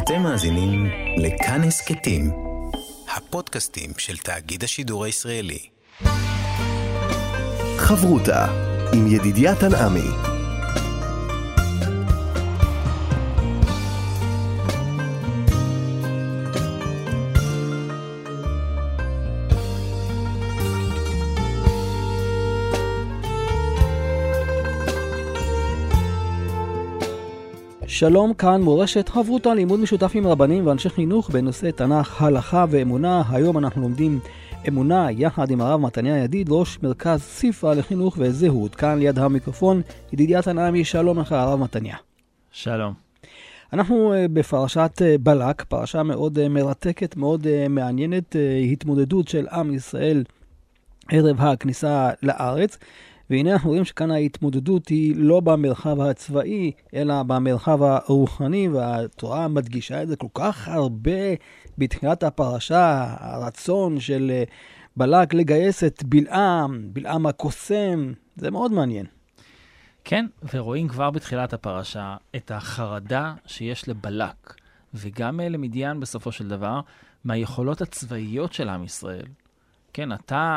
אתם מאזינים לכאן הסכתים, הפודקאסטים של תאגיד השידור הישראלי. חברותה עם ידידיה תנעמי. שלום, כאן מורשת חברותה, לימוד משותף עם רבנים ואנשי חינוך בנושא תנ"ך, הלכה ואמונה. היום אנחנו לומדים אמונה יחד עם הרב מתניה ידיד, ראש מרכז ספרא לחינוך וזהות. כאן ליד המיקרופון ידידיה תנעמי. שלום לך הרב מתניה. שלום. אנחנו בפרשת בלק, פרשה מאוד מרתקת, מאוד מעניינת, התמודדות של עם ישראל ערב הכניסה לארץ. והנה אנחנו רואים שכאן ההתמודדות היא לא במרחב הצבאי, אלא במרחב הרוחני, והתורה מדגישה את זה כל כך הרבה בתחילת הפרשה, הרצון של בלק לגייס את בלעם הקוסם, זה מאוד מעניין. כן, ורואים כבר בתחילת הפרשה את החרדה שיש לבלק, וגם למדיין בסופו של דבר, מהיכולות הצבאיות של עם ישראל. כן,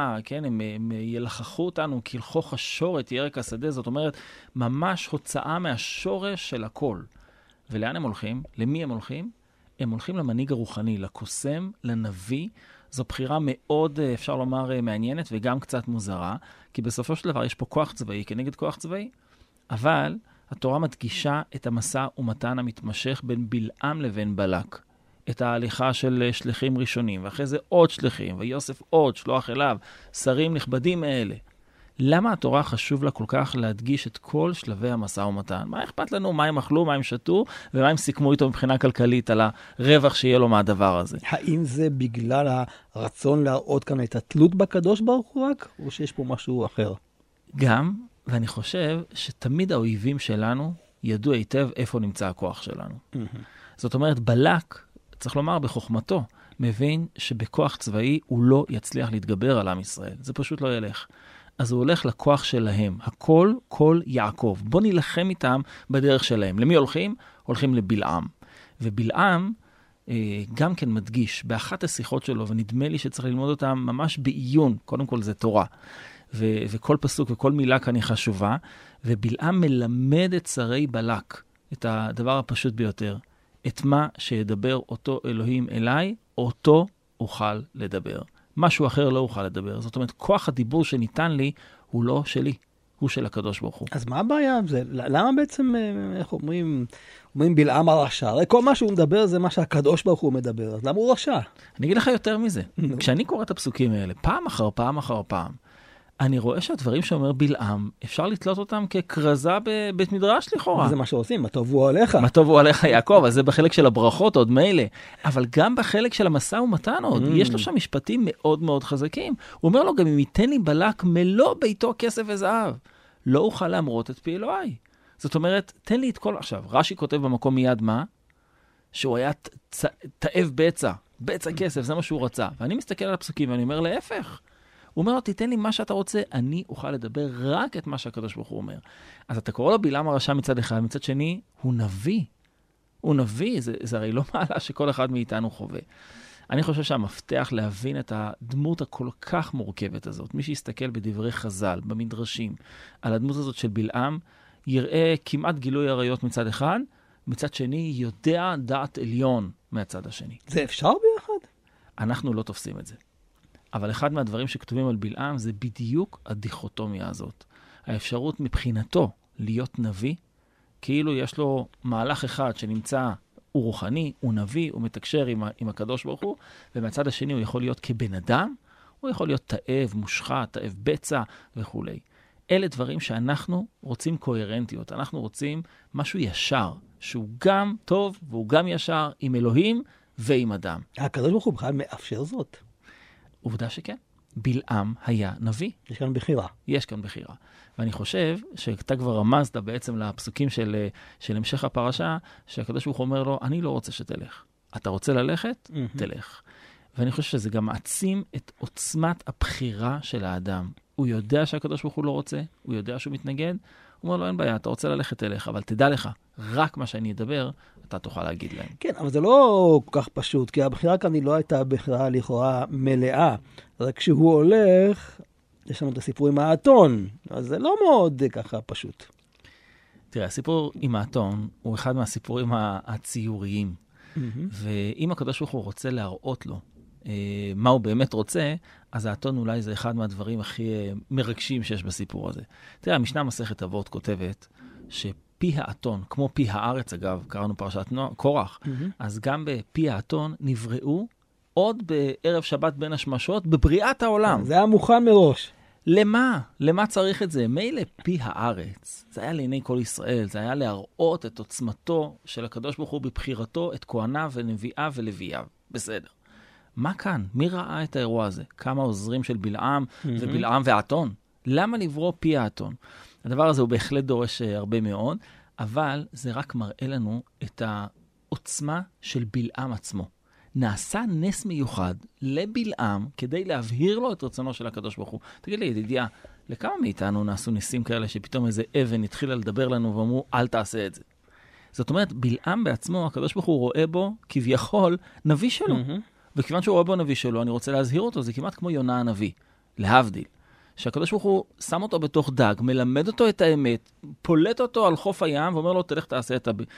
הם ילחכו אותנו כלחוך השורש ירק השדה, זאת אומרת, ממש הוצאה מהשורש של הכל. ולאן הם הולכים? למי הם הולכים? הם הולכים למנהיג הרוחני, לקוסם, לנביא. זו בחירה מאוד, אפשר לומר, מעניינת וגם קצת מוזרה, כי בסופו של דבר יש פה כוח צבאי כנגד כוח צבאי, אבל התורה מדגישה את המשא ומתן המתמשך בין בלעם לבין בלק. את ההליכה של שליחים ראשונים, ואחרי זה עוד שליחים, ויוסף עוד, שלוח אליו, שרים נכבדים מאלה. למה התורה חשוב לה כל כך להדגיש את כל שלבי המשא ומתן? מה אכפת לנו? מה הם אכלו, מה הם שתו, ומה הם סיכמו איתו מבחינה כלכלית על הרווח שיהיה לו מהדבר הזה? האם זה בגלל הרצון להראות כאן את התלות בקדוש ברוך הוא רק, או שיש פה משהו אחר? גם, ואני חושב שתמיד האויבים שלנו ידעו היטב איפה נמצא הכוח שלנו. זאת אומרת, בלק, צריך לומר בחוכמתו, מבין שבכוח צבאי הוא לא יצליח להתגבר על עם ישראל. זה פשוט לא ילך. אז הוא הולך לכוח שלהם. הכל, כל יעקב. בוא נלחם איתם בדרך שלהם. למי הולכים? הולכים לבלעם. ובלעם גם כן מדגיש באחת השיחות שלו, ונדמה לי שצריך ללמוד אותם ממש בעיון. קודם כל זה תורה. וכל פסוק וכל מילה כאן היא חשובה. ובלעם מלמד את שרי בלק, את הדבר הפשוט ביותר. את מה שידבר אותו אלוהים אליי, אותו אוכל לדבר. משהו אחר לא אוכל לדבר. זאת אומרת, כוח הדיבור שניתן לי הוא לא שלי, הוא של הקדוש ברוך הוא. אז מה הבעיה עם זה? למה בעצם, איך אומרים בלעם הרשע? הרי כל מה שהוא מדבר זה מה שהקדוש ברוך הוא מדבר. אז למה הוא רשע? אני אגיד לך יותר מזה. כשאני קורא את הפסוקים האלה, פעם אחר פעם אחר פעם, אני רואה שהדברים שאומר בלעם, אפשר לתלות אותם כקרזה בבית מדרש לכאורה. זה מה שעושים, מה טוב הוא עליך. מה טוב הוא עליך יעקב, אז זה בחלק של הברכות עוד מילא. אבל גם בחלק של המשא ומתן עוד, יש לו שם משפטים מאוד מאוד חזקים. הוא אומר לו, גם אם ייתן לי בלק מלוא ביתו כסף וזהב, לא אוכל להמרות את פי אלוהי. זאת אומרת, תן לי את כל... עכשיו, רש"י כותב במקום מיד מה? שהוא היה תאב בצע כסף, זה מה שהוא רצה. ואני מסתכל על הפסוקים ואני אומר, להפך. הוא אומר לו, תיתן לי מה שאתה רוצה, אני אוכל לדבר רק את מה שהקדוש ברוך הוא אומר. אז אתה קורא לו בלעם הרשע מצד אחד, מצד שני, הוא נביא. הוא נביא, זה הרי לא מעלה שכל אחד מאיתנו חווה. אני חושב שהמפתח להבין את הדמות הכל כך מורכבת הזאת, מי שיסתכל בדברי חז"ל, במדרשים, על הדמות הזאת של בלעם, יראה כמעט גילוי עריות מצד אחד, מצד שני, יודע דעת עליון מהצד השני. זה אפשר ביחד? אנחנו לא תופסים את זה. אבל אחד מהדברים שכתובים על בלעם זה בדיוק הדיכוטומיה הזאת. האפשרות מבחינתו להיות נביא, כאילו יש לו מהלך אחד שנמצא, הוא רוחני, הוא נביא, הוא מתקשר עם הקדוש ברוך הוא, ומהצד השני הוא יכול להיות כבן אדם, הוא יכול להיות תאב, מושחת, תאב בצע וכו'. אלה דברים שאנחנו רוצים קוהרנטיות, אנחנו רוצים משהו ישר, שהוא גם טוב והוא גם ישר עם אלוהים ועם אדם. הקדוש ברוך הוא בכלל מאפשר זאת. עובדה שכן. בלעם היה נביא. יש כאן בחירה. יש כאן בחירה. ואני חושב שאתה כבר רמזת בעצם לפסוקים של המשך הפרשה, שהקדוש ברוך הוא אומר לו, אני לא רוצה שתלך. אתה רוצה ללכת? תלך. ואני חושב שזה גם מעצים את עוצמת הבחירה של האדם. הוא יודע שהקדוש ברוך הוא לא רוצה, הוא יודע שהוא מתנגד, הוא אומר לו, אין בעיה, אתה רוצה ללכת אליך, אבל תדע לך, רק מה שאני אדבר, אתה תוכל להגיד להם. כן, אבל זה לא כל כך פשוט, כי הבחירה כאן היא לא הייתה בחירה לכאורה מלאה. רק כשהוא הולך, יש לנו את הסיפור עם האתון, אז זה לא מאוד ככה פשוט. תראה, הסיפור עם האתון הוא אחד מהסיפורים הציוריים. ואם הקדוש ברוך הוא רוצה להראות לו מה הוא באמת רוצה, אז האתון אולי זה אחד מהדברים הכי מרגשים שיש בסיפור הזה. תראה, המשנה מסכת אבות כותבת שפי האתון, כמו פי הארץ אגב, קראנו פרשת קורח, אז גם בפי האתון נבראו עוד בערב שבת בין השמשות בבריאת העולם. זה היה מוכן מראש. למה? למה צריך את זה? מילא פי הארץ. זה היה לעיני כל ישראל, זה היה להראות את עוצמתו של הקדוש ברוך הוא בבחירתו את כהניו ונביאיו ולווייו. בסדר. מה כאן? מי ראה את האירוע הזה? כמה עוזרים של בלעם ובלעם והאתון? למה לברוא פי האתון? הדבר הזה הוא בהחלט דורש הרבה מאוד, אבל זה רק מראה לנו את העוצמה של בלעם עצמו. נעשה נס מיוחד לבלעם כדי להבהיר לו את רצונו של הקדוש ברוך הוא. תגיד לי, ידידיה, לכמה מאיתנו נעשו ניסים כאלה שפתאום איזה אבן התחילה לדבר לנו ואמרו, אל תעשה את זה? זאת אומרת, בלעם בעצמו, הקדוש ברוך הוא רואה בו כביכול נביא שלו. וכיוון שהוא רואה בו נביא שלו, אני רוצה להזהיר אותו, זה כמעט כמו יונה הנביא, להבדיל. שהקדוש ברוך הוא שם אותו בתוך דג, מלמד אותו את האמת, פולט אותו על חוף הים ואומר לו, תלך תעשה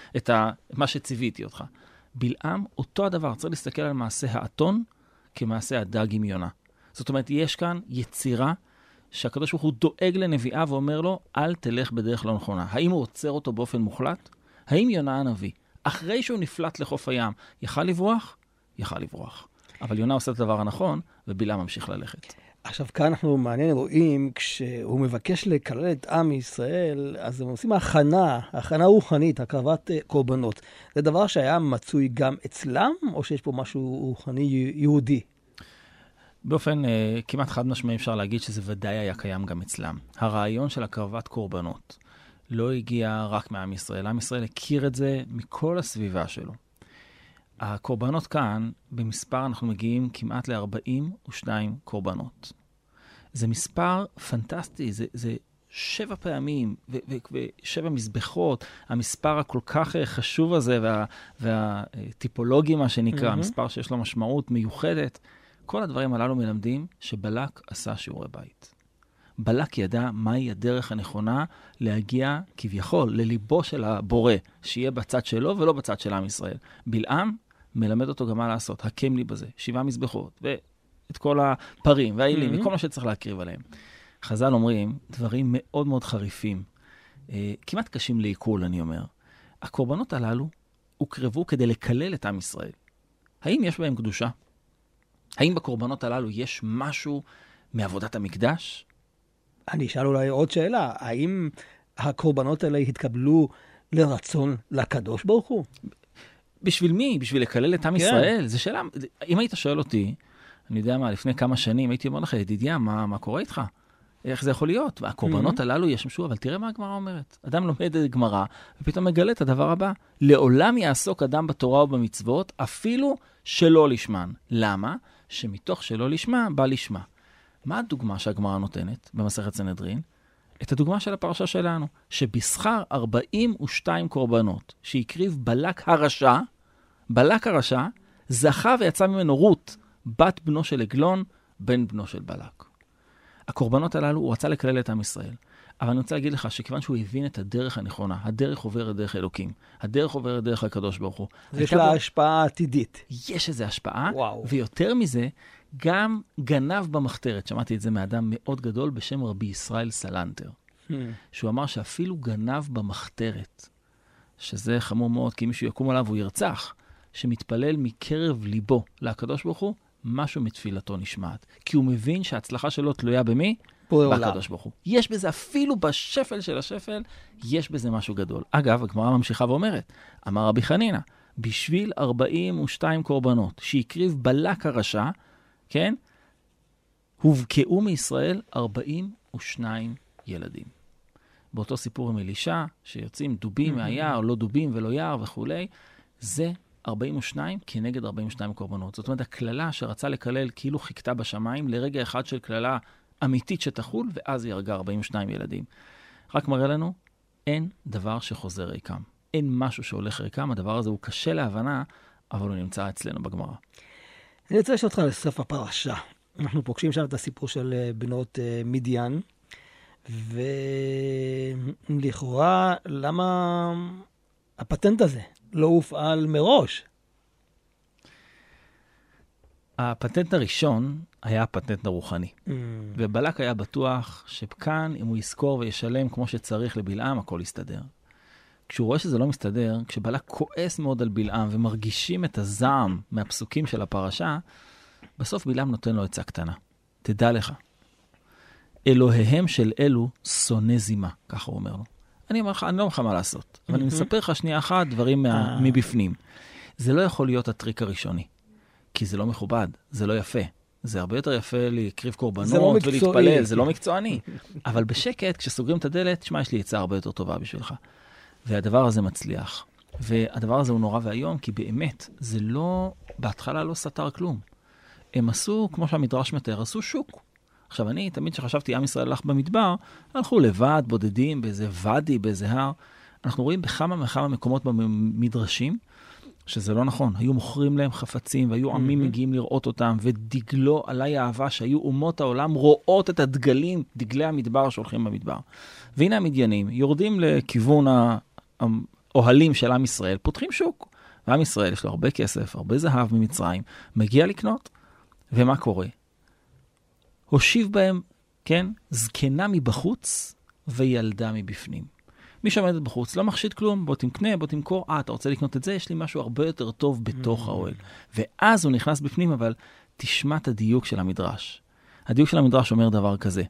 מה שציוויתי אותך. בלעם, אותו הדבר, צריך להסתכל על מעשה האתון כמעשה הדג עם יונה. זאת אומרת, יש כאן יצירה שהקדוש ברוך הוא דואג לנביאה ואומר לו, אל תלך בדרך לא נכונה. האם הוא עוצר אותו באופן מוחלט? האם יונה הנביא, אחרי שהוא נפלט לחוף הים, יכל לברוח? יכל לברוח. אבל יונה עושה את הדבר הנכון, ובלעם ממשיך ללכת. עכשיו, כאן אנחנו מעניין רואים, כשהוא מבקש לקלל את עם ישראל, אז הם עושים הכנה רוחנית, הקרבת קורבנות. זה דבר שהיה מצוי גם אצלם, או שיש פה משהו רוחני יהודי? באופן כמעט חד משמעי אפשר להגיד שזה ודאי היה קיים גם אצלם. הרעיון של הקרבת קורבנות לא הגיע רק מעם ישראל. עם ישראל הכיר את זה מכל הסביבה שלו. הקורבנות כאן, במספר אנחנו מגיעים כמעט ל-42 קורבנות. זה מספר פנטסטי, זה 7 פעמים ו7 מזבחות, המספר הכל כך חשוב הזה והטיפולוגי מה שנקרא, מספר שיש לו משמעות מיוחדת. כל הדברים הללו מלמדים שבלק עשה שיעורי בית. בלק ידע מהי הדרך הנכונה להגיע כביכול לליבו של הבורא, שיהיה בצד שלו ולא בצד של עם ישראל. בלעם מלמד אותו גם מה לעשות, הקם לי בזה, 7 מזבחות, ואת כל הפרים והאילים, וכל מה שצריך להקריב עליהם. חז"ל אומרים דברים מאוד מאוד חריפים, כמעט קשים לעיכול, אני אומר. הקורבנות הללו הוקרבו כדי לקלל את עם ישראל. האם יש בהם קדושה? האם בקורבנות הללו יש משהו מעבודת המקדש? אני אשאל אולי עוד שאלה, האם הקורבנות האלה התקבלו לרצון לקדוש ברוך הוא? בשביל מי? בשביל לקלל את עם ישראל? זו שאלה, אם היית שואל אותי, אני יודע מה, לפני כמה שנים, הייתי אומר לך, ידידיה, מה קורה איתך? איך זה יכול להיות? הקורבנות הללו ישמשו, אבל תראה מה הגמרא אומרת. אדם לומד את גמרא, ופתאום מגלה את הדבר הבא. לעולם יעסוק אדם בתורה ובמצוות, אפילו שלא לשמן. למה? שמתוך שלא לשמה, בא לשמה. מה הדוגמה שהגמרא נותנת במסכת סנהדרין? את הדוגמה של הפרשה שלנו, שבשכר 42 קורבנות, שהקריב בלק הרשע, זכה ויצא ממנו רות, בת בנו של עגלון, בן בנו של בלק. הקורבנות הללו, הוא רצה לקלל את עם ישראל. אבל אני רוצה להגיד לך שכיוון שהוא הבין את הדרך הנכונה, הדרך עוברת דרך אלוקים, הדרך עוברת דרך הקדוש ברוך הוא. יש לה השפעה עתידית. יש איזו השפעה, ויותר מזה, גם גנב במחתרת. שמעתי את זה מאדם מאוד גדול בשם רבי ישראל סלנטר, שהוא אמר שאפילו גנב במחתרת, שזה חמור מאוד, כי מישהו יקום עליו הוא ירצח, שמתפלל מקרב ליבו לקדוש ברוך הוא, משהו מתפילתו נשמעת. כי הוא מבין שההצלחה שלו תלויה במי? בקדוש ברוך הוא. יש בזה, אפילו בשפל של השפל, יש בזה משהו גדול. אגב, הגמרא ממשיכה ואומרת, אמר רבי חנינא, בשביל 42 קורבנות שהקריב בלק הרשע, כן? הובקעו מישראל 42 ילדים. באותו סיפור עם אלישע, שיוצאים דובים מהיער, לא דובים ולא יער וכו', זה 42 כנגד 42 קורבנות. זאת אומרת, הכללה שרצה לקלל כאילו חיכתה בשמיים לרגע אחד של כללה אמיתית שתחול, ואז היא הרגה 42 ילדים. רק מראה לנו אין דבר שחוזר ריקם. אין משהו שהולך ריקם, הדבר הזה הוא קשה להבנה, אבל הוא נמצא אצלנו בגמרא. אני רוצה לשאול אותך לסוף הפרשה. אנחנו פוגשים שם את הסיפור של בנות מדיין, ולכאורה, למה הפטנט הזה לא הופעל מראש? הפטנט הראשון היה הפטנט הרוחני. ובלק היה בטוח שכאן, אם הוא יזכור וישלם כמו שצריך לבלעם, הכל יסתדר. כשהוא רואה שזה לא מסתדר, כשבלק כועס מאוד על בלעם ומרגישים את הזעם מהפסוקים של הפרשה, בסוף בלעם נותן לו עצה קטנה. תדע לך, אלוהיהם של אלו שונא זימה, ככה הוא אומר לו. אני לא אומר לך מה לעשות, אבל אני מספר לך שנייה אחת דברים מבפנים. זה לא יכול להיות הטריק הראשוני, כי זה לא מכובד, זה לא יפה. זה הרבה יותר יפה להקריב קורבנות ולהתפלל, זה לא מקצועני. אבל בשקט, כשסוגרים את הדלת, תשמע, יש לי עצה הרבה יותר טובה בשבילך. והדבר הזה מצליח. והדבר הזה הוא נורא והיום, כי באמת, זה לא, בהתחלה לא סתר כלום. הם עשו, כמו שהמדרש מתאר, עשו שוק. עכשיו, אני תמיד שחשבתי, עם ישראל הלך במדבר, הלכו לבד, בודדים, באיזה ודי, באיזה הר. אנחנו רואים בכמה מקומות במדרשים, שזה לא נכון. היו מוכרים להם חפצים, והיו עמים מגיעים לראות אותם, ודגלו עלי האהבה שהיו אומות העולם רואות את הדגלים, דגלי המדבר שהולכים במדבר. והנה המדיינים, יורדים לכיוון האוהלים של עם ישראל, פותחים שוק. ועם ישראל יש לו הרבה כסף, הרבה זהב ממצרים, מגיע לקנות, ומה קורה? הושיב בהם, כן, זקנה מבחוץ וילדה מבפנים. מי שעומדת בחוץ לא מחשיד כלום, בוא תמקנה, בוא תמכור, אתה רוצה לקנות את זה, יש לי משהו הרבה יותר טוב בתוך האוהל. ואז הוא נכנס בפנים, אבל תשמע את הדיוק של המדרש. הדיוק של המדרש אומר דבר כזה.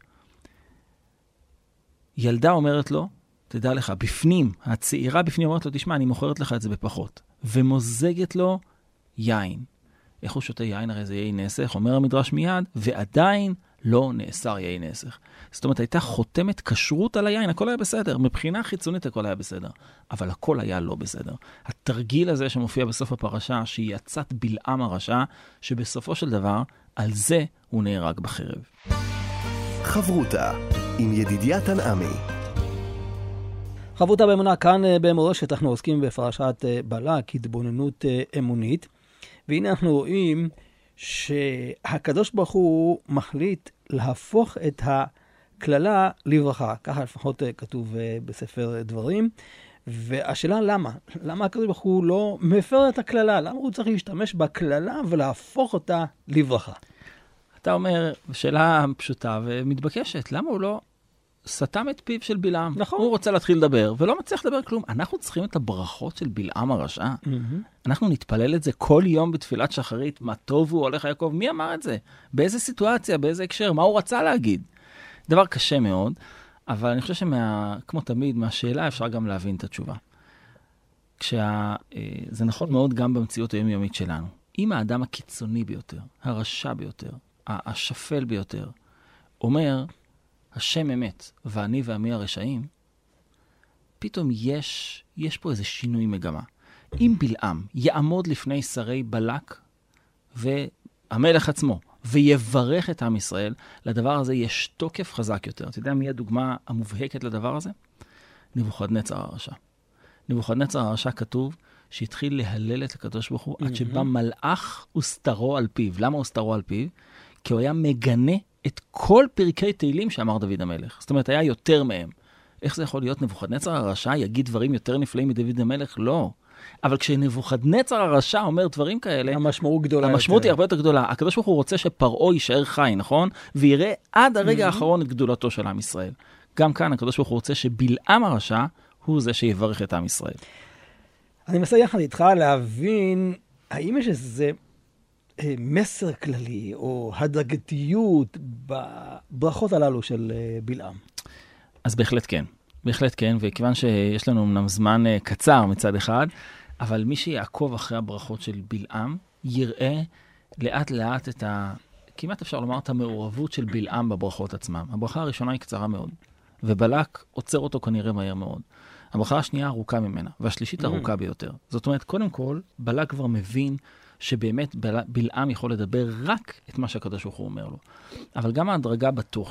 ילדה אומרת לו, תדע לך, בפנים, הצעירה בפנים אומרת לו, תשמע, אני מוכרת לך את זה בפחות. ומוזגת לו יין. איך הוא שותה יין? הרי זה יין נסך, אומר המדרש מיד, ועדיין לא נאסר יין נסך. זאת אומרת, הייתה חותמת כשרות על היין, הכל היה בסדר. מבחינה חיצונית הכל היה בסדר, אבל הכל היה לא בסדר. התרגיל הזה שמופיע בסוף הפרשה, שהיא יצאת בלעם הרשע, שבסופו של דבר, על זה הוא נהרג בחרב. חברותה עם ידידיה תנעמי. חברותה באמונה, כאן במורשת אנחנו עוסקים בפרשת בלק, התבוננות אמונית. והנה אנחנו רואים שהקדוש ברוך הוא מחליט להפוך את הכללה לברכה. ככה לפחות כתוב בספר דברים. והשאלה למה? למה הקדוש ברוך הוא לא מפר את הכללה? למה הוא צריך להשתמש בכללה ולהפוך אותה לברכה? אתה אומר, שאלה פשוטה ומתבקשת. למה הוא לא סתם את פיו של בלעם? נכון. הוא רוצה להתחיל לדבר ולא מצליח לדבר כלום. אנחנו צריכים את הברכות של בלעם הרשע. אנחנו נתפלל את זה כל יום בתפילת שחרית. מה טוב הוא הולך יעקב? מי אמר את זה? באיזה סיטואציה? באיזה הקשר? מה הוא רצה להגיד? דבר קשה מאוד, אבל אני חושב כמו תמיד, מהשאלה אפשר גם להבין את התשובה. זה נכון מאוד גם במציאות היומיומית שלנו. אם האדם הקיצוני ביותר, הרשע ביותר, השפל ביותר, אומר, השם אמת, ואני ועמי הרשעים, פתאום יש פה איזה שינוי מגמה. אם בלעם יעמוד לפני שרי בלק והמלך עצמו, ויברך את עם ישראל, לדבר הזה יש תוקף חזק יותר. אתה יודע מי הדוגמה המובהקת לדבר הזה? נבוכדנצר הרשע. נבוכדנצר הרשע כתוב שהתחיל להלל את הקדוש ברוך הוא, עד שבא מלאך וסתרו על פיו. למה וסתרו על פיו? כי הוא היה מגנה את כל פרקי תהילים שאמר דוד המלך. זאת אומרת, היה יותר מהם. איך זה יכול להיות? נבוכדנצר הרשע יגיד דברים יותר נפלאים מדוד המלך? לא. אבל כשנבוכדנצר הרשע אומר דברים כאלה, המשמעות גדולה. המשמעות היא הרבה יותר גדולה. הקדוש ברוך הוא רוצה שפרעה יישאר חי, נכון? ויראה עד הרגע האחרון את גדולתו של עם ישראל. גם כאן הקדוש ברוך הוא רוצה שבלעם הרשע הוא זה שיברך את עם ישראל. אני מנסה יחד איתך להבין, האם יש איזה מסר כללי או הדרגתיות בברכות הללו של בלעם? אז בהחלט כן. בהחלט כן, וכיוון שיש לנו אמנם זמן קצר מצד אחד, אבל מי שיעקוב אחרי הברכות של בלעם, יראה לאט לאט כמעט אפשר לומר את המעורבות של בלעם בברכות עצמם. הברכה הראשונה היא קצרה מאוד, ובלק עוצר אותו כנראה מהר מאוד. הברכה השנייה ארוכה ממנה, והשלישית ארוכה ביותר. זאת אומרת, קודם כל, בלק כבר מבין שבאמת בלעם יכול לדבר רק את מה שהקדוש ברוך הוא אומר לו. אבל גם ההדרגה בתוכן.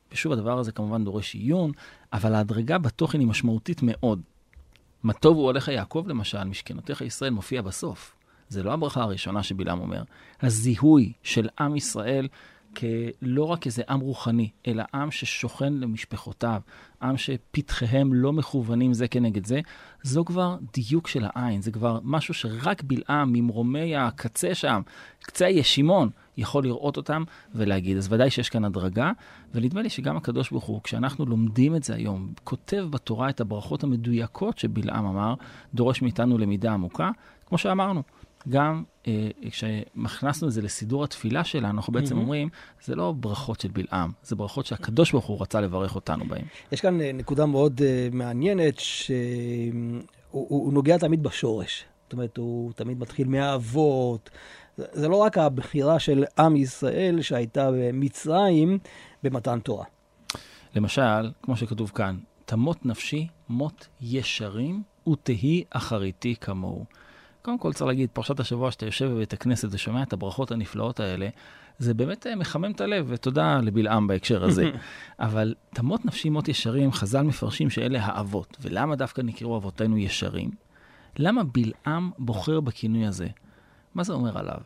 ושוב, הדבר הזה כמובן דורש עיון, אבל ההדרגה בתוכן היא משמעותית מאוד. מה טוב הוא הולך יעקב למשל, משכנותיך ישראל מופיע בסוף. זה לא הברכה הראשונה שבלעם אומר. הזיהוי של עם ישראל לא רק איזה עם רוחני, אלא עם ששוכן למשפחותיו, עם שפתחיהם לא מכוונים זה כנגד זה, זו כבר דיוק של העין, זה כבר משהו שרק בלעם ממרומי הקצה שם, קצה הישימון, יכול לראות אותם ולהגיד. אז ודאי שיש כאן הדרגה, ונדמה לי שגם הקדוש ברוך הוא, כשאנחנו לומדים את זה היום, כותב בתורה את הברכות המדויקות שבלעם אמר, דורש מאיתנו למידה עמוקה, כמו שאמרנו. גם כשמכנסנו את זה לסידור התפילה שלנו, אנחנו בעצם אומרים, זה לא ברכות של בלעם, זה ברכות שהקדוש ברוך הוא רצה לברך אותנו בהן. יש כאן נקודה מאוד מעניינת, שהוא נוגע תמיד בשורש. זאת אומרת, הוא תמיד מתחיל מהאבות. זה לא רק הבחירה של עם ישראל שהייתה במצרים במתן תורה. למשל, כמו שכתוב כאן, תמות נפשי, מות ישרים, ותהי אחריתי כמוהו. קודם כל צריך להגיד, פרשת השבוע שאתה יושב בבית הכנסת ושומע את הברכות הנפלאות האלה, זה באמת מחמם את הלב, ותודה לבלעם בהקשר הזה. אבל תמות נפשי מות ישרים, חז"ל מפרשים שאלה האבות. ולמה דווקא נקראו אבותינו ישרים? למה בלעם בוחר בכינוי הזה? מה זה אומר עליו?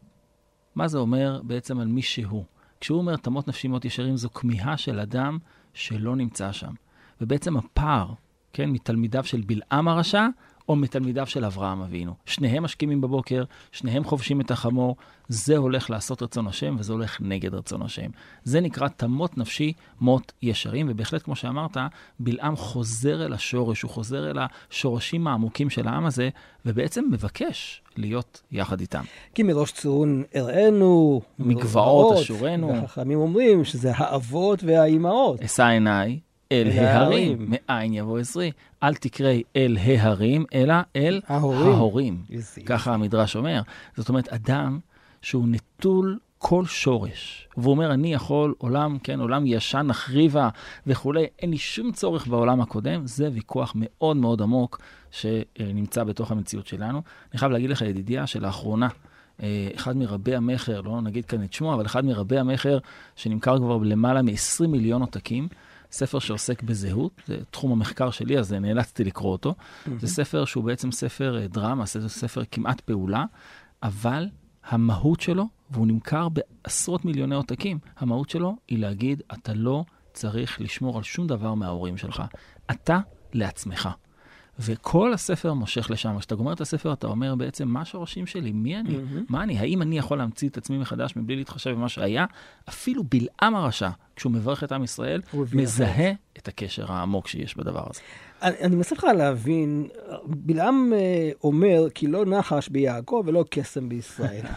מה זה אומר בעצם על מי שהוא? כשהוא אומר תמות נפשי מות ישרים, זו כמיהה של אדם שלא נמצא שם. ובעצם הפער, כן, מתלמידיו של בלעם הרשע, או מתלמידיו של אברהם אבינו. שניהם משכימים בבוקר, שניהם חובשים את החמור, זה הולך לעשות רצון השם, וזה הולך נגד רצון השם. זה נקרא תמות נפשי, מות ישרים, ובהחלט כמו שאמרת, בלעם חוזר אל השורש, הוא חוזר אל השורשים העמוקים של העם הזה, ובעצם מבקש להיות יחד איתם. כי מראש צורון הראינו, מגבעות אשורנו. והחכמים אומרים שזה האבות והאימהות. אשא עיניי אל ההרים, מאין יבוא עזרי. אל תקראי אל ההרים, אלא אל ההורים. ככה המדרש אומר. זאת אומרת, אדם שהוא נטול כל שורש, והוא אומר, אני יכול עולם, כן, עולם ישן, נחריבה וכולי, אין לי שום צורך בעולם הקודם, זה ויכוח מאוד מאוד עמוק שנמצא בתוך המציאות שלנו. אני חייב להגיד לך, ידידיה, שלאחרונה, אחד מרבי המחר, לא נגיד כאן את שמו, אבל אחד מרבי המחר שנמכר כבר למעלה מ-20 מיליון עותקים, ספר שעוסק בזהות, זה תחום המחקר שלי, אז נאלצתי לקרוא אותו. זה ספר שהוא בעצם ספר דרמה, זה ספר כמעט פעולה, אבל המהות שלו, והוא נמכר בעשרות מיליוני עותקים, המהות שלו היא להגיד, אתה לא צריך לשמור על שום דבר מההורים שלך. אתה לעצמך. וכל הספר מושך לשם. כשאתה גומר את הספר, אתה אומר בעצם, מה השורשים שלי? מי אני? מה אני? האם אני יכול להמציא את עצמי מחדש מבלי להתחשב במה שהיה? אפילו בלעם הרשע, כשהוא מברך את עם ישראל, מזהה את הקשר העמוק שיש בדבר הזה. אני מנסה לך להבין, בלעם אומר, כי לא נחש ביעקב ולא קסם בישראל.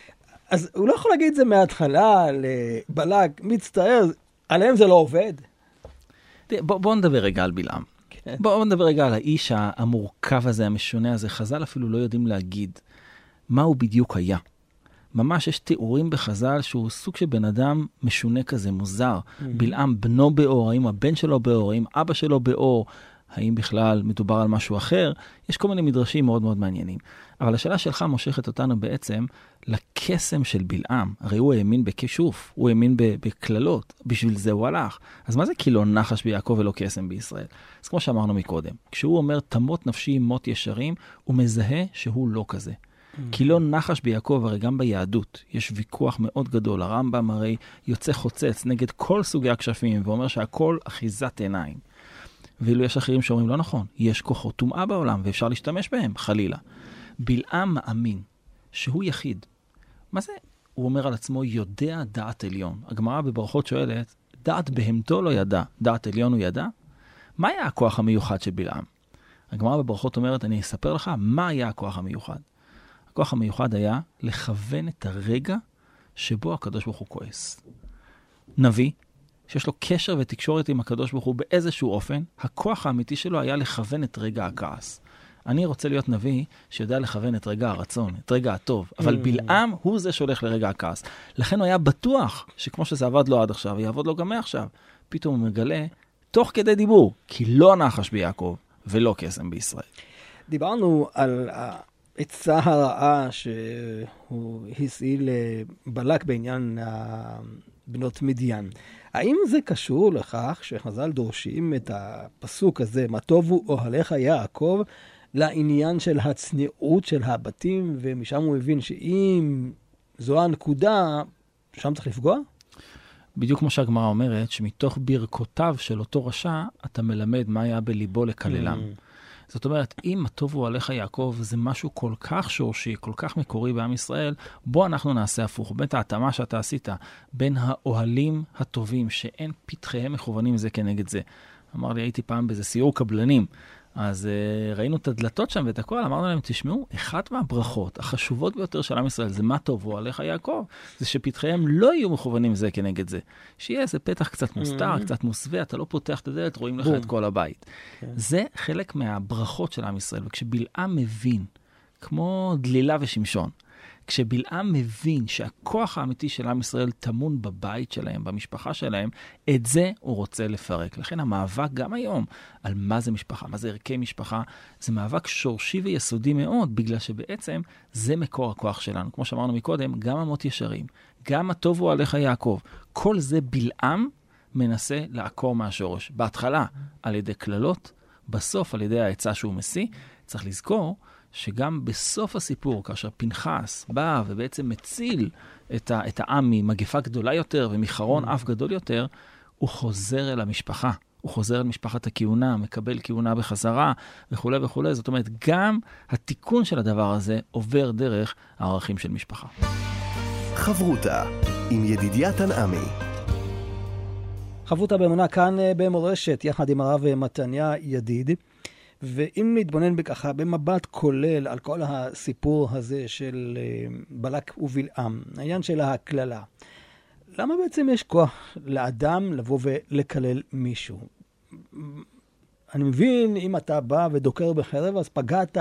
אז הוא לא יכול להגיד את זה מההתחלה לבלק, מצטער, עליהם זה לא עובד. בוא נדבר רגע על בלעם. בואו נדבר רגע על האיש המורכב הזה, המשונה הזה. חז"ל אפילו לא יודעים להגיד מה הוא בדיוק היה. ממש יש תיאורים בחז"ל שהוא סוג של בן אדם משונה כזה, מוזר. בלעם בנו באור, האם הבן שלו באור, האם אבא שלו באור, האם בכלל מדובר על משהו אחר. יש כל מיני מדרשים מאוד מאוד מעניינים. אבל השאלה שלך מושכת אותנו בעצם לקסם של בלעם. הרי הוא האמין בכישוף, הוא האמין בכללות, בשביל זה הוא הלך. אז מה זה כי לא נחש ביעקב ולא קסם בישראל? אז כמו שאמרנו מקודם, כשהוא אומר תמות נפשי מות ישרים, הוא מזהה שהוא לא כזה. כי לא נחש ביעקב, הרי גם ביהדות יש ויכוח מאוד גדול. הרמב"ם הרי יוצא חוצץ נגד כל סוגי הכשפים, ואומר שהכל אחיזת עיניים. ואילו יש אחרים שאומרים לא נכון, יש כוחות טומאה בעולם ואפשר להשתמש בהם, חלילה. בלעם מאמין שהוא יחיד. מה זה? הוא אומר על עצמו יודע דעת עליון. הגמרא בברכות שואלת, דעת בהמתו לא ידע, דעת עליון הוא ידע? מה היה הכוח המיוחד של בלעם? הגמרא בברכות אומרת, אני אספר לך מה היה הכוח המיוחד. הכוח המיוחד היה לכוון את הרגע שבו הקדוש ברוך הוא כועס. נביא, שיש לו קשר ותקשורת עם הקדוש ברוך הוא באיזשהו אופן, הכוח האמיתי שלו היה לכוון את רגע הכעס. אני רוצה להיות נביא שיודע לכוון את רגע הרצון, את רגע הטוב, אבל בלעם הוא זה שהולך לרגע הכעס. לכן הוא היה בטוח שכמו שזה עבד לו עד עכשיו, יעבוד לו גם מעכשיו. פתאום הוא מגלה, תוך כדי דיבור, כי לא נחש ביעקב ולא קסם בישראל. דיברנו על העצה הרעה שהוא הסעיל בלק בעניין בנות מדיין. האם זה קשור לכך שחז"ל דורשים את הפסוק הזה, מה טובו אוהליך יעקב, לעניין של הצניעות של הבתים, ומשם הוא הבין שאם זו הנקודה, שם צריך לפגוע? בדיוק כמו שהגמרא אומרת, שמתוך ברכותיו של אותו רשע, אתה מלמד מה היה בליבו לקללם. זאת אומרת, אם מה טובו אוהליך יעקב, זה משהו כל כך שורשי, כל כך מקורי בעם ישראל, בוא אנחנו נעשה הפוך. בין ההתאמה שאתה עשית, בין האוהלים הטובים, שאין פתחיהם מכוונים זה כנגד זה. אמר לי, הייתי פעם באיזה סיור קבלנים, אז ראינו את הדלתות שם ואת הכל, אמרנו להם, תשמעו, אחת מהברכות החשובות ביותר של עם ישראל, זה מה טובו אוהליך יעקב, זה שפתחיהם לא יהיו מכוונים זה כנגד זה. שיהיה איזה פתח קצת מוסתר, קצת מוסווה, אתה לא פותח את הדלת, רואים לך את כל הבית. זה חלק מהברכות של עם ישראל, וכשבלעם מבין, כמו דלילה ושמשון, כשבלעם מבין שהכוח האמיתי של עם ישראל טמון בבית שלהם, במשפחה שלהם, את זה הוא רוצה לפרק. לכן המאבק גם היום על מה זה משפחה, מה זה ערכי משפחה, זה מאבק שורשי ויסודי מאוד, בגלל שבעצם זה מקור הכוח שלנו. כמו שאמרנו מקודם, גם אמות ישרים, גם מה טובו אוהליך יעקב, כל זה בלעם מנסה לעקור מהשורש. בהתחלה על ידי כללות, בסוף על ידי העצה שהוא משיא. צריך לזכור שגם בסוף הסיפור, כאשר פנחס בא ובעצם מציל את העם ממגפה גדולה יותר ומחרון אף גדול יותר, הוא חוזר אל המשפחה. הוא חוזר אל משפחת הכהונה, מקבל כהונה בחזרה וכו' וכו'. זאת אומרת, גם התיקון של הדבר הזה עובר דרך הערכים של משפחה. חברותה עם ידידיה תנעמי. חברותה באמונה כאן במורשת, יחד עם הרב מתניה ידיד. ואם נתבונן בככה, במבט כולל על כל הסיפור הזה של בלק ובלעם, העניין של הכללה, למה בעצם יש כוח לאדם לבוא ולקלל מישהו? אני מבין, אם אתה בא ודוקר בחרב, אז פגעת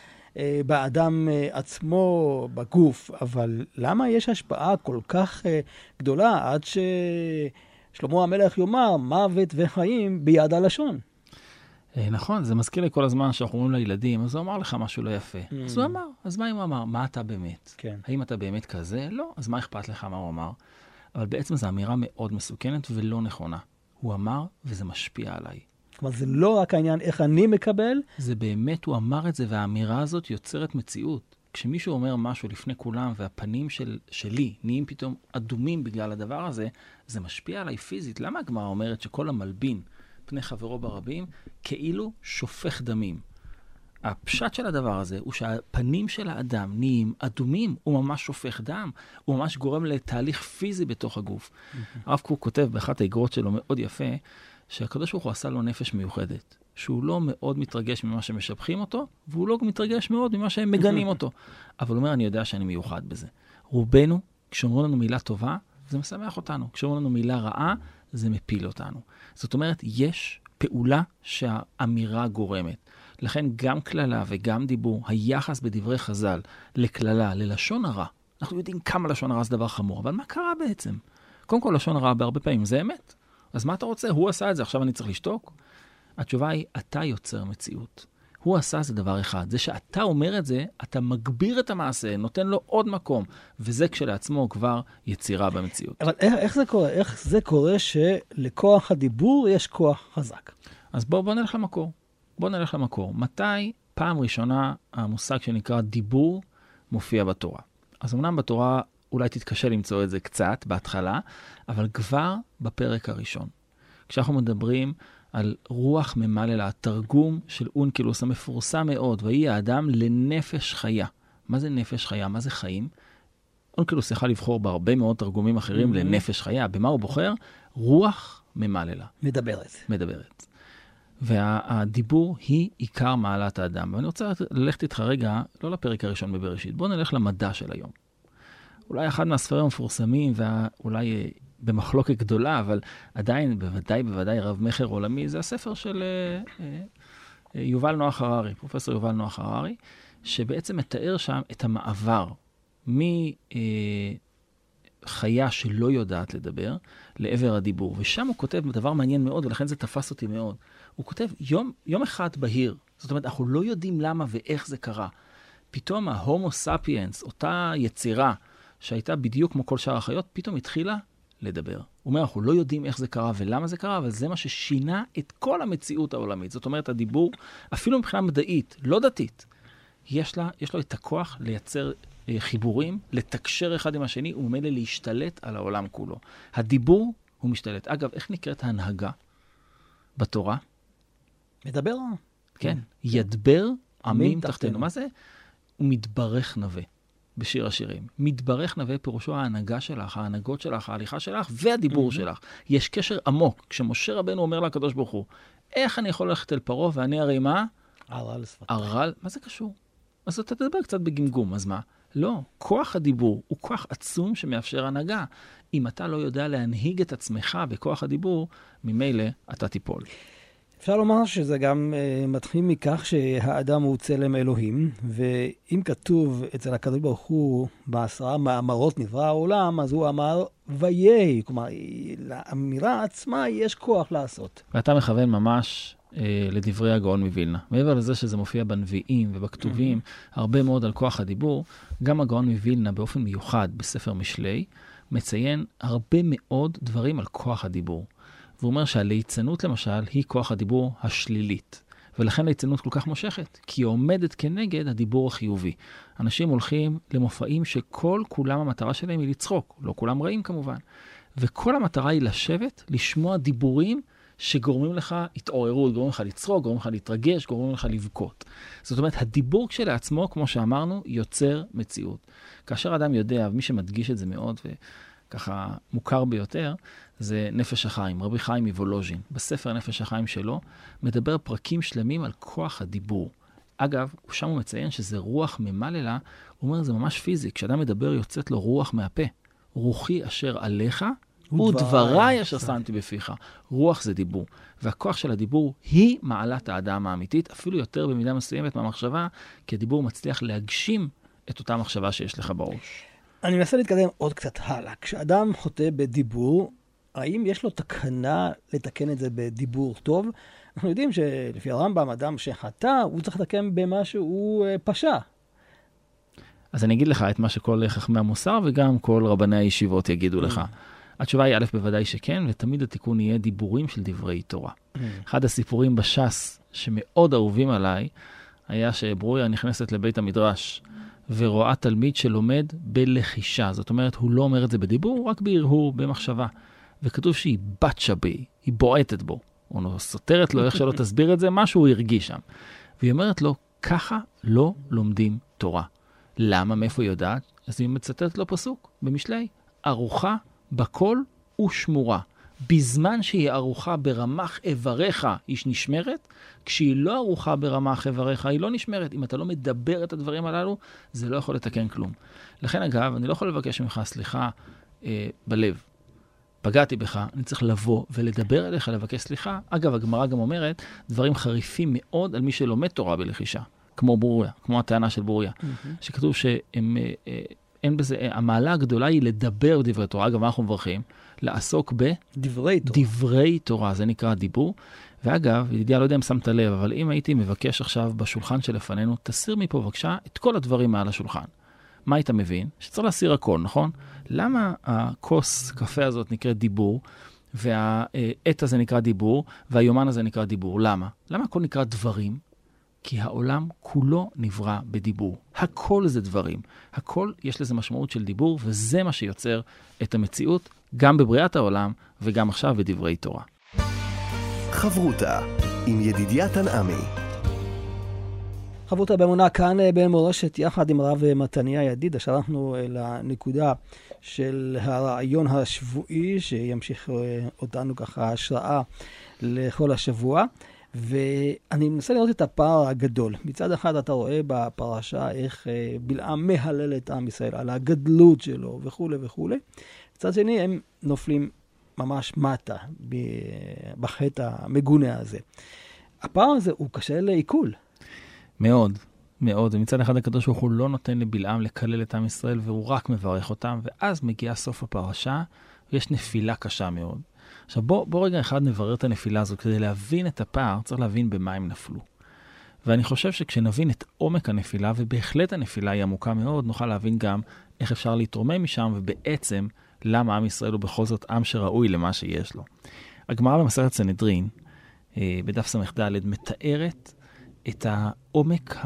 באדם עצמו, בגוף, אבל למה יש השפעה כל כך גדולה עד ששלמה המלך יאמר, מוות וחיים ביד הלשון? נכון, זה מזכיר לי כל הזמן שאנחנו אומרים לילדים, אז הוא אמר לך משהו לא יפה. אז הוא אמר, אז מה אם הוא אמר? מה אתה באמת? כן. האם אתה באמת כזה? לא, אז מה אכפת לך מה הוא אמר? אבל בעצם זו אמירה מאוד מסוכנת ולא נכונה. הוא אמר וזה משפיע עליי. כלומר, זה לא רק העניין איך אני מקבל. זה באמת, הוא אמר את זה, והאמירה הזאת יוצרת מציאות. כשמישהו אומר משהו לפני כולם, והפנים שלי נהיים פתאום אדומים בגלל הדבר הזה, זה משפיע עליי פיזית. למה הגמרא אומרת שכל המלבין פני חברו ברבים, כאילו שופך דמים? הפשט של הדבר הזה הוא שהפנים של האדם נהיים אדומים, הוא ממש שופך דם, הוא ממש גורם לתהליך פיזי בתוך הגוף. הרב קוק כותב באחת האגרות שלו מאוד יפה, שהקדוש ברוך הוא עשה לו נפש מיוחדת, שהוא לא מאוד מתרגש ממה שמשבחים אותו, והוא לא מתרגש מאוד ממה שהם מגנים אותו. אבל הוא אומר, אני יודע שאני מיוחד בזה. רובנו, כשאומרים לנו מילה טובה, זה משמח אותנו. כשאומרים לנו מילה רעה, זה מפיל אותנו. זאת אומרת, יש פעולה שהאמירה גורמת. לכן גם כללה וגם דיבור, היחס בדברי חז"ל לכללה, ללשון הרע. אנחנו יודעים כמה לשון הרע זה דבר חמור, אבל מה קרה בעצם? קודם כל, לשון הרע בהרבה פעמים זה אמת. אז מה אתה רוצה? הוא עשה את זה, עכשיו אני צריך לשתוק? התשובה היא, אתה יוצר מציאות. הוא עשה זה דבר אחד. זה שאתה אומר את זה, אתה מגביר את המעשה, נותן לו עוד מקום, וזה כשלעצמו כבר יצירה במציאות. אבל איך זה קורה? איך זה קורה שלכוח הדיבור יש כוח חזק? אז בוא נלך למקור. מתי פעם ראשונה המושג שנקרא דיבור מופיע בתורה? אז אמנם בתורה אולי תתקשה למצוא את זה קצת בהתחלה, אבל כבר בפרק הראשון. כשאנחנו מדברים על רוח ממלא, התרגום של אונקלוס המפורסם מאוד, ויהי האדם לנפש חיה. מה זה נפש חיה? מה זה חיים? אונקלוס יכל לבחור בהרבה מאוד תרגומים אחרים לנפש חיה. במה הוא בוחר? רוח ממלא. מדברת. והדיבור היא עיקר מעלת האדם. ואני רוצה ללכת איתך רגע, לא לפרק הראשון בבראשית, בוא נלך למדע של היום. אולי אחד מהספרים המפורסמים, ואולי במחלוקת גדולה, אבל עדיין בוודאי רב מחר עולמי, זה הספר של יובל נוח הררי, פרופסור יובל נוח הררי, שבעצם מתאר שם את המעבר מחיה שלא יודעת לדבר לעבר הדיבור. ושם הוא כותב דבר מעניין מאוד, ולכן זה תפס אותי מאוד. הוא כותב יום אחד בהיר, זאת אומרת, אנחנו לא יודעים למה ואיך זה קרה. פתאום ההומו ספיאנס, אותה יצירה שהייתה בדיוק כמו כל שאר החיות, פתאום התחילה לדבר. הוא אומר, אנחנו לא יודעים איך זה קרה ולמה זה קרה, אבל זה מה ששינה את כל המציאות העולמית. זאת אומרת, הדיבור, אפילו מבחינה מדעית, לא דתית, יש לו את הכוח לייצר חיבורים, לתקשר אחד עם השני, וממילא להשתלט על העולם כולו. הדיבור הוא משתלט. אגב, איך נקראת ההנהגה בתורה? מדבר? כן. ידבר עמים תחתינו. מה זה? הוא מתברך נווה בשיר השירים. מתברך נווה פירושו ההנהגה שלך, ההנהגות שלך, ההליכה שלך והדיבור שלך. יש קשר עמוק. כשמשה רבנו אומר לקדוש ברוך הוא, איך אני יכול ללכת אל פרעה ואני הרי מה? הרעל שפתיים. הרעל? מה זה קשור? אז אתה תדבר קצת בגמגום, אז מה? לא, כוח הדיבור הוא כוח עצום שמאפשר הנהגה. אם אתה לא יודע להנהיג את עצמך בכוח הדיבור, ממילא אתה תיפול. אפשר לומר שזה גם מתחיל מכך שהאדם הוא צלם אלוהים, ואם כתוב אצל הקדוש ברוך הוא ב10 מאמרות נברא העולם, אז הוא אמר ויהי, כלומר לאמירה עצמה יש כוח לעשות. ואתה מכוון ממש לדברי הגאון מווילנה. מעבר לזה שזה מופיע בנביאים ובכתובים, הרבה מאוד על כוח הדיבור, גם הגאון מווילנה באופן מיוחד בספר משלי, מציין הרבה מאוד דברים על כוח הדיבור. והוא אומר שהליצנות למשל היא כוח הדיבור השלילית. ולכן ליצנות כל כך מושכת, כי היא עומדת כנגד הדיבור החיובי. אנשים הולכים למופעים שכל כולם המטרה שלהם היא לצחוק. לא כולם רעים כמובן. וכל המטרה היא לשבת, לשמוע דיבורים שגורמים לך התעוררות, גורמים לך לצחוק, גורמים לך להתרגש, גורמים לך לבכות. זאת אומרת, הדיבור כשלעצמו, כמו שאמרנו, יוצר מציאות. כאשר אדם יודע, ומי שמדגיש את זה מאוד וככה מוכר ביותר, זה נפש החיים, רבי חיים מוולוז'ין. בספר נפש החיים שלו, מדבר פרקים שלמים על כוח הדיבור. אגב, שם הוא מציין שזה רוח ממללה, הוא אומר, זה ממש פיזי. כשאדם מדבר, יוצאת לו רוח מהפה. רוחי אשר עליך, ודבריי אשר שמתי בפיך. רוח זה דיבור. והכוח של הדיבור היא מעלת האדם האמיתית, אפילו יותר במידה מסוימת מהמחשבה, כי הדיבור מצליח להגשים את אותה מחשבה שיש לך בראש. אני מנסה להתקדם עוד קצת הלאה. כשאדם חוטא בדיבור, האם יש לו תקנה לתקן את זה בדיבור טוב? אנחנו יודעים שלפי הרמב"ם, אדם שחטא, הוא צריך לתקן במה שהוא פשע. אז אני אגיד לך את מה שכל חכמי המוסר וגם כל רבני הישיבות יגידו לך. התשובה היא א' בוודאי שכן, ותמיד התיקון יהיה דיבורים של דברי תורה. אחד הסיפורים בש"ס שמאוד אהובים עליי, היה שברוריה נכנסת לבית המדרש, ורואה תלמיד שלומד בלחישה. זאת אומרת, הוא לא אומר את זה בדיבור, רק בהרהור, במחשבה. וכתוב שהיא בתשה בי, היא בועטת בו. או לא סותרת לו, איך שלא תסביר את זה, משהו הוא הרגיש שם. והיא אומרת לו, ככה לא לומדים תורה. למה? מאיפה היא יודעת? אז היא מצטטת לו פסוק במשלי. ארוחה בכל ושמורה. בזמן שהיא ארוחה ברמח איבריך, היא נשמרת. כשהיא לא ארוחה ברמח איבריך, היא לא נשמרת. אם אתה לא מדבר את הדברים הללו, זה לא יכול לתקן כלום. לכן אגב, אני לא יכול לבקש ממך סליחה בלב. פגעתי בך, אני צריך לבוא ולדבר אליך, לבקש סליחה. אגב, הגמרא גם אומרת דברים חריפים מאוד על מי שלומד תורה בלחישה. כמו ברוריה, כמו הטענה של ברוריה. שכתוב שהם... אין בזה, המעלה הגדולה היא לדבר בדברי תורה. אגב, מה אנחנו מברכים? לעסוק בדברי תורה. זה נקרא דיבור. ואגב, ידידיה, לא יודע אם שמת לב, אבל אם הייתי מבקש עכשיו בשולחן שלפנינו, תסיר מפה בבקשה את כל הדברים מעל השולחן. מה היית מבין? שצריך להסיר הכל, נכון? למה הכוס קפה הזאת נקראת דיבור, והעת הזה נקרא דיבור, והיומן הזה נקרא דיבור? למה? למה הכל נקרא דברים? כי העולם כולו נברא בדיבור. הכל זה דברים. הכל יש לזה משמעות של דיבור, וזה מה שיוצר את המציאות, גם בבריאת העולם, וגם עכשיו בדברי תורה. חברותה עם ידידיה תנעמי. חברותה באמונה כאן במורשת יחד עם הרב מתניה ידיד. עכשיו אנחנו לנקודה של הרעיון השבועי, שימשיך אותנו ככה השראה לכל השבוע. ואני מנסה לראות את הפער הגדול. מצד אחד אתה רואה בפרשה איך בלעם מהלל את עם ישראל על הגדלות שלו וכו' וכו'. מצד שני הם נופלים ממש מטה בחטא המגונה הזה. הפער הזה הוא קשה לעיכול. מאוד, מאוד. ומצד אחד הקדוש ברוך הוא לא נותן לבלעם לקלל את עם ישראל, והוא רק מברך אותם, ואז מגיע סוף הפרשה, ויש נפילה קשה מאוד. עכשיו בוא רגע אחד נברר את הנפילה הזו. כדי להבין את הפער, צריך להבין במה הם נפלו. ואני חושב שכשנבין את עומק הנפילה, ובהחלט הנפילה היא עמוקה מאוד, נוכל להבין גם איך אפשר להתרומם משם, ובעצם למה עם ישראל הוא בכל זאת עם שראוי למה שיש לו. הגמרא במסכת סנהדרין, בדף ס"ד, מתארת את העומק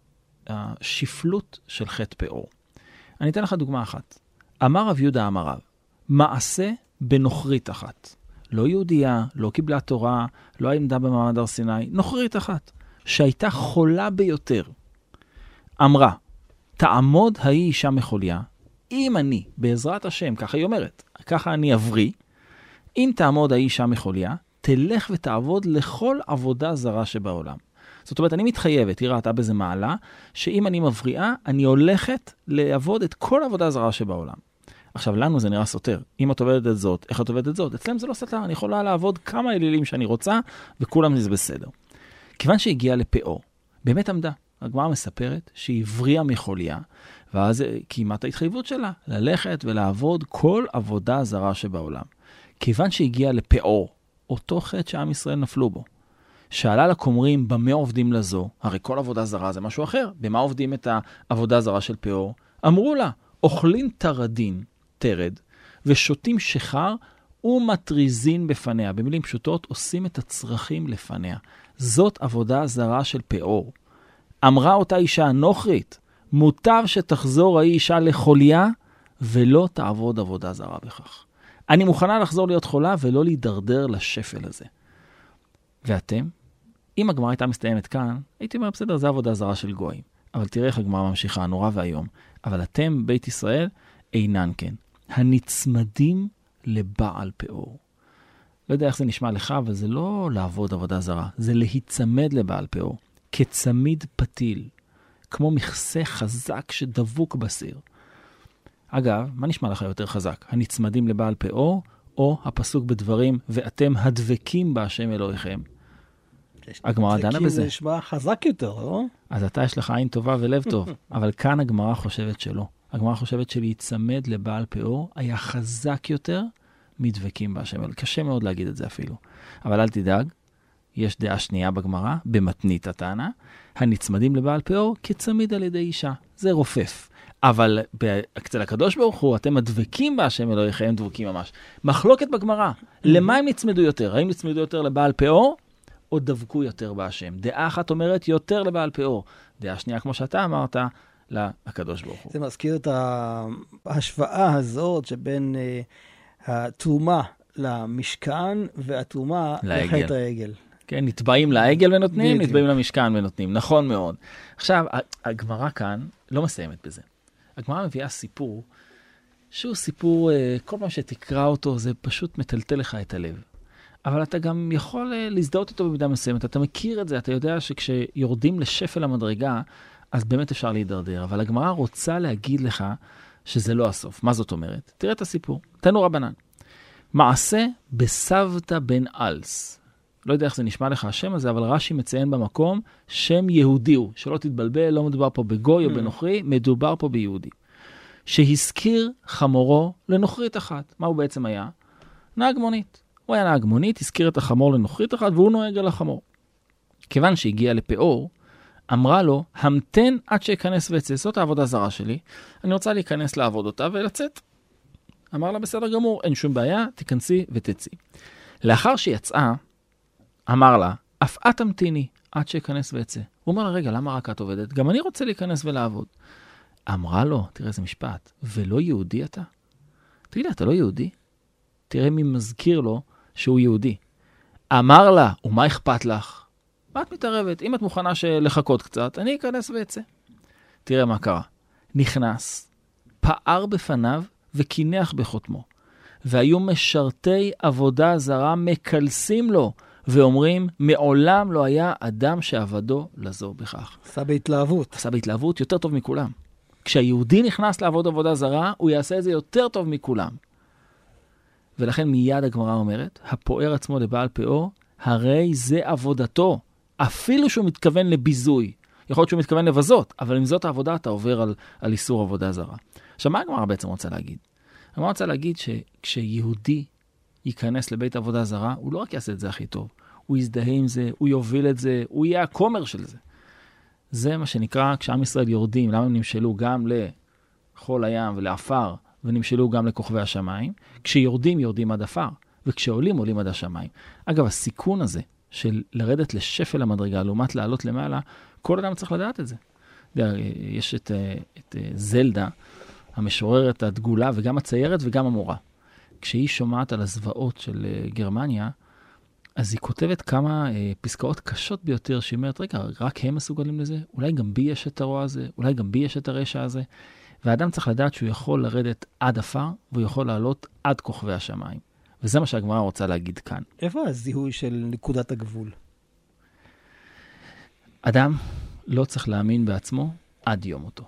השפלות של חטא פאור. אני אתן לך דוגמה אחת. אמר רב יהודה אמר רב, מעשה בנוכרית אחת. לא יהודייה, לא קיבלה תורה, לא עמדה במעמד הר סיני, נוכרית אחת, שהייתה חולה ביותר. אמרה, תעמוד ההיא אישה מחוליה, אם אני, בעזרת השם, ככה היא אומרת, ככה אני אבריא, אם תעמוד ההיא אישה מחוליה, תלך ותעבוד לכל עבודה זרה שבעולם. זאת אומרת, אני מתחייבת, היא ראתה בזה מעלה, שאם אני מבריאה, אני הולכת לעבוד את כל עבודה זרה שבעולם. עכשיו, לנו זה נראה סותר. אם את עובדת את זאת, איך את עובדת את זאת? אצלם זה לא סותר, אני יכולה לעבוד כמה אלילים שאני רוצה, וכולם זה בסדר. כיוון שהגיעה לפאור, באמת עמדה. הגמרא מספרת שהיא הבריאה מחוליה, ואז קיימה את ההתחייבות שלה, ללכת ולעבוד כל עבודה זרה שבעולם. כיוון שהגיעה לפאור, אותו חטא שעם ישראל נפלו בו. שאלה לכומרים, במה עובדים לזו? הרי כל עבודה זרה זה משהו אחר. במה עובדים את העבודה זרה של פאור? אמרו לה, אוכלים תרד, ושותים שחר ומטריזין בפניה. במילים פשוטות, עושים את הצרכים לפניה. זאת עבודה זרה של פאור. אמרה אותה אישה נוכרית, מוטב שתחזור ההיא אישה לחוליה, ולא תעבוד עבודה זרה בכך. אני מוכנה לחזור להיות חולה, ולא להידרדר לשפל הזה. ואתם? אם הגמרא הייתה מסתיימת כאן, הייתי אומר, בסדר, זה עבודה זרה של גויים. אבל תראה איך הגמרא ממשיכה, נורא והיום. אבל אתם, בית ישראל, אינן כן. הנצמדים לבעל פאור. לא יודע איך זה נשמע לך, אבל זה לא לעבוד עבודה זרה. זה להיצמד לבעל פאור. כצמיד פתיל. כמו מכסה חזק שדבוק בסיר. אגב, מה נשמע לך יותר חזק? הנצמדים לבעל פאור, או הפסוק בדברים, ואתם הדבקים בהשם אלוהיכם? הגמרא דנה בזה. זה נשמע חזק יותר, לא? אז אתה יש לך עין טובה ולב טוב, אבל כאן הגמרא חושבת שלא. הגמרא חושבת שלהיצמד לבעל פאור היה חזק יותר מדבקים בהשם אלוהיכם. קשה מאוד להגיד את זה אפילו. אבל אל תדאג, יש דעה שנייה בגמרא, במתנית הטענה, הנצמדים לבעל פאור כצמיד על ידי אישה. זה רופף. אבל אצל הקדוש ברוך הוא, אתם הדבקים בהשם אלוהיכם, הם דבקים ממש. מחלוקת בגמרא. למה הם נצמדו יותר? האם נצמדו יותר לבעל פאור, או דבקו יותר בהשם? דעה אחת אומרת יותר לבעל פאור. דעה שנייה, כמו שאתה אמרת, לקדוש ברוך הוא. זה מזכיר את ההשוואה הזאת שבין התרומה למשכן והתרומה לחטא העגל. כן, נתבעים לעגל ונותנים, נתבעים למשכן ונותנים. נכון מאוד. עכשיו, הגמרא כאן לא מסיימת בזה. הגמרא מביאה סיפור, שהוא סיפור, כל פעם שתקרא אותו, זה פשוט מטלטל לך את הלב. אבל אתה גם יכול להזדהות איתו במידה מסוימת. אתה מכיר את זה, אתה יודע שכשיורדים לשפל המדרגה, אז באמת אפשר להידרדר. אבל הגמרא רוצה להגיד לך שזה לא הסוף. מה זאת אומרת? תראה את הסיפור. תנו רבנן. מעשה בסבתא בן אלס. לא יודע איך זה נשמע לך השם הזה, אבל רש"י מציין במקום שם יהודי הוא. שלא תתבלבל, לא מדובר פה בגוי או בנוכרי, מדובר פה ביהודי. שהזכיר חמורו לנוכרית אחת. מה הוא בעצם היה? נהג מונית. הוא היה נהג מונית, הזכיר את החמור לנוכרית אחת, והוא נוהג על החמור. כיוון שהגיע לפאור, אמרה לו, המתן עד שיכנס ויצא. זאת העבודה זרה שלי. אני רוצה להיכנס לעבוד אותה ולצאת. אמר לה, בסדר גמור, אין שום בעיה, תיכנסי ותצאי. לאחר שיצאה, אמר לה, אף את תמתיני עד שיכנס ויצא. הוא אומר לה, רגע, למה רק את עובדת? גם אני רוצה להיכנס ולעבוד. אמרה לו, תראה איזה משפט, ולא יהודי אתה? תגיד לי, אתה לא יהודי? תראה מי מזכיר לו שהוא יהודי. אמר לה, ומה אכפת לך? מה את מתערבת? אם את מוכנה לחכות קצת, אני אכנס ויצא. תראה מה קרה. נכנס, פער בפניו וכינח בחותמו. והיו משרתי עבודה זרה מקלסים לו, ואומרים, מעולם לא היה אדם שעבדו לזו בכך. עשה בהתלהבות. עשה בהתלהבות יותר טוב מכולם. כשהיהודי נכנס לעבוד עבודה זרה, הוא יעשה את זה יותר טוב מכולם. ולכן מיד הגמרא אומרת, הפוער עצמו לבעל פאור, הרי זה עבודתו. אפילו שהוא מתכוון לביזוי. יכול להיות שהוא מתכוון לבזות, אבל אם זאת העבודה, אתה עובר על איסור עבודה זרה. עכשיו, מה הגמרא בעצם רוצה להגיד? הגמרא רוצה להגיד שכשיהודי ייכנס לבית עבודה זרה, הוא לא רק יעשה את זה הכי טוב. הוא יזדהה עם זה, הוא יוביל את זה, הוא יהיה הכומר של זה. זה מה שנקרא, כשעם ישראל יורדים, למה הם נמשלו גם לחול הים ולעפר, ונמשלו גם לכוכבי השמיים. כשיורדים, יורדים עד עפר, וכשעולים, עולים עד השמיים. אגב, הסיכון הזה של לרדת לשפל המדרגה, לעומת לעלות למעלה, כל אדם צריך לדעת את זה. יש את זלדה, המשוררת הדגולה, וגם הציירת וגם המורה. כשהיא שומעת על הזוועות של גרמניה, אז היא כותבת כמה פסקאות קשות ביותר, שהיא אומרת, רגע, רק הם מסוגלים לזה? אולי גם בי יש את הרוע הזה? אולי גם בי יש את הרשע הזה? והאדם צריך לדעת שהוא יכול לרדת עד עפר, והוא יכול לעלות עד כוכבי השמיים. וזה מה שהגמרא רוצה להגיד כאן. איפה הזיהוי של נקודת הגבול? אדם לא צריך להאמין בעצמו עד יום מותו.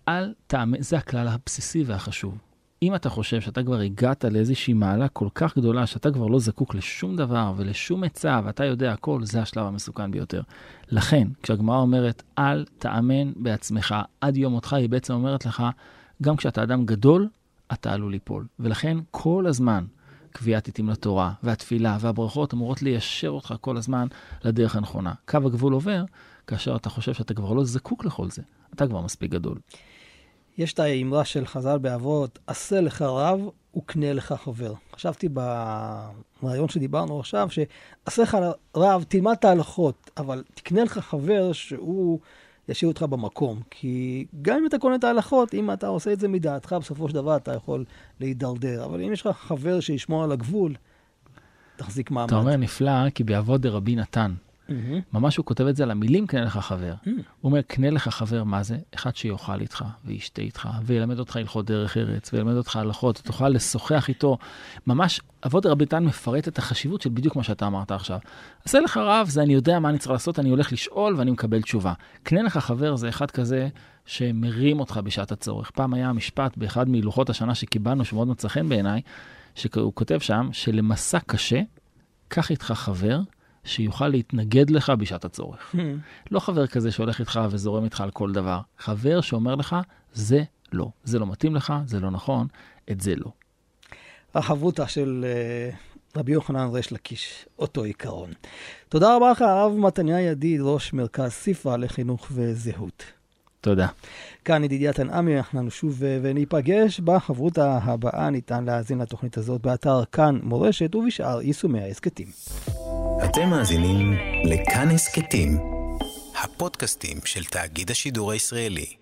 זה הכלל הבסיסי והחשוב. אם אתה חושב שאתה כבר הגעת לאיזושהי מעלה כל כך גדולה, שאתה כבר לא זקוק לשום דבר ולשום עצה, ואתה יודע הכל, זה השלב המסוכן ביותר. לכן, כשהגמרא אומרת, אל תאמן בעצמך עד יום מותך, היא בעצם אומרת לך, גם כשאתה אדם גדול, אתה עלול ליפול. ולכן, כל הזמן, קביעת עתים לתורה, והתפילה והברכות אמורות ליישר אותך כל הזמן לדרך הנכונה. קו הגבול עובר, כאשר אתה חושב שאתה כבר לא זקוק לכל זה. אתה כבר מספיק גדול. יש את האמרה של חז"ל באבות, עשה לך רב וקנה לך חבר. חשבתי ברעיון שדיברנו עכשיו, שעשה לך רב, תלמד את ההלכות, אבל תקנה לך חבר שהוא ישאיר אותך במקום. כי גם אם אתה קונה את ההלכות, אם אתה עושה את זה מדעתך, בסופו של דבר אתה יכול להידרדר. אבל אם יש לך חבר שישמור על הגבול, תחזיק מעמד. אתה אומר נפלא, כי באבות דרבי נתן. ממש הוא כותב את זה על המילים, קנה לך חבר. הוא אומר, קנה לך חבר, מה זה? אחד שיוכל איתך, וישתה איתך, וילמד אותך הלכות דרך ארץ, וילמד אותך הלכות, תוכל לשוחח איתו. ממש, אבות דרבי נתן מפרט את החשיבות של בדיוק מה שאתה אמרת עכשיו. עשה לך רב, זה אני יודע מה אני צריך לעשות, אני הולך לשאול ואני מקבל תשובה. קנה לך חבר זה אחד כזה שמרים אותך בשעת הצורך. פעם היה משפט באחד מלוחות השנה שקיבלנו, שמאוד מצא חן בעיניי, שהוא כותב שם, שלמסע קשה, קח איתך חבר, שיוכל להתנגד לך בשעת הצורך. לא חבר כזה שהולך איתך וזורם איתך על כל דבר. חבר שאומר לך, זה לא. זה לא מתאים לך, זה לא נכון, את זה לא. החברותה של רבי יוחנן ריש לקיש, אותו עיקרון. תודה רבה לך, הרב מתניה ידיד, ראש מרכז ספרא לחינוך וזהות. תודה. כאן ידידיה תנעמי, אנחנו נשוב וניפגש בחברותה הבאה. ניתן להאזין לתוכנית הזאת באתר כאן מורשת ובשאר יישומי ההסכתים. אתם מאזינים לכאן הסכתים, הפודקאסטים של תאגיד השידור הישראלי.